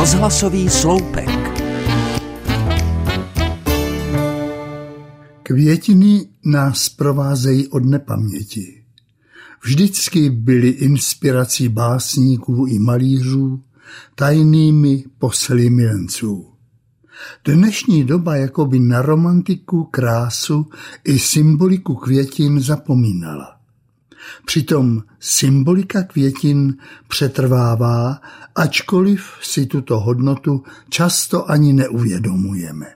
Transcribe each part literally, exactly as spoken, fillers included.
Rozhlasový sloupek. Květiny nás provázejí od nepaměti. Vždycky byly inspirací básníků i malířů, tajnými posly milenců. Dnešní doba jakoby na romantiku, krásu i symboliku květin zapomínala. Přitom symbolika květin přetrvává, ačkoliv si tuto hodnotu často ani neuvědomujeme.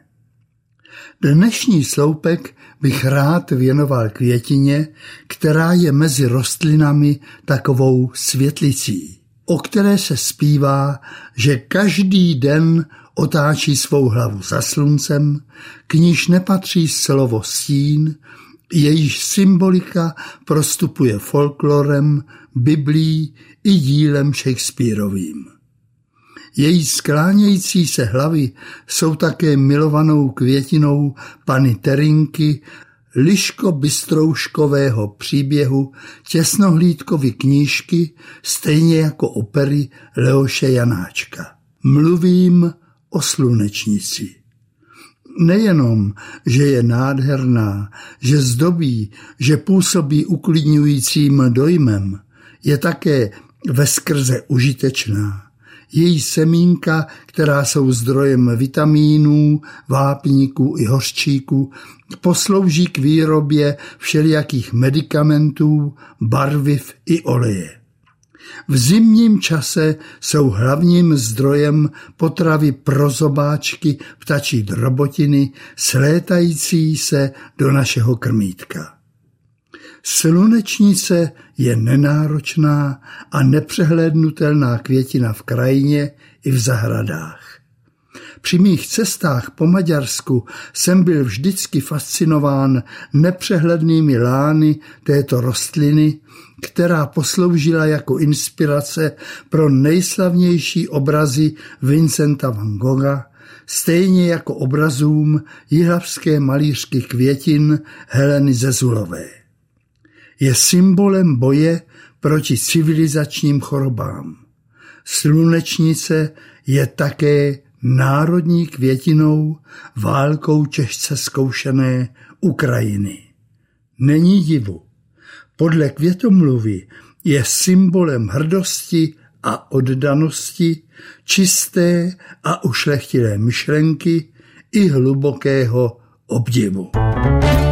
Dnešní sloupek bych rád věnoval květině, která je mezi rostlinami takovou světlicí, o které se zpívá, že každý den otáčí svou hlavu za sluncem, k níž nepatří slovo stín, jejíž symbolika prostupuje folklorem, biblí i dílem Shakespearovým. Její sklánějící se hlavy jsou také milovanou květinou Panny Terynky, liško-bystrouškového příběhu Těsnohlídkovy knížky, stejně jako opery Leoše Janáčka. Mluvím o slunečnici. Nejenom, že je nádherná, že zdobí, že působí uklidňujícím dojmem, je také veskrze užitečná. Její semínka, která jsou zdrojem vitamínů, vápníků i hořčíků, poslouží k výrobě všelijakých medikamentů, barviv i oleje. V zimním čase jsou hlavním zdrojem potravy pro zobáčky ptačí drobotiny, slétající se do našeho krmítka. Slunečnice je nenáročná a nepřehlédnutelná květina v krajině i v zahradách. Při mých cestách po Maďarsku jsem byl vždycky fascinován nepřehlednými lány této rostliny, která posloužila jako inspirace pro nejslavnější obrazy Vincenta van Gogha, stejně jako obrazům jihlavské malířky květin Heleny Zezulové. Je symbolem boje proti civilizačním chorobám. Slunečnice je také národní květinou válkou těžce zkoušené Ukrajiny. Není divu. Podle květomluvy je symbolem hrdosti a oddanosti, čisté a ušlechtilé myšlenky i hlubokého obdivu.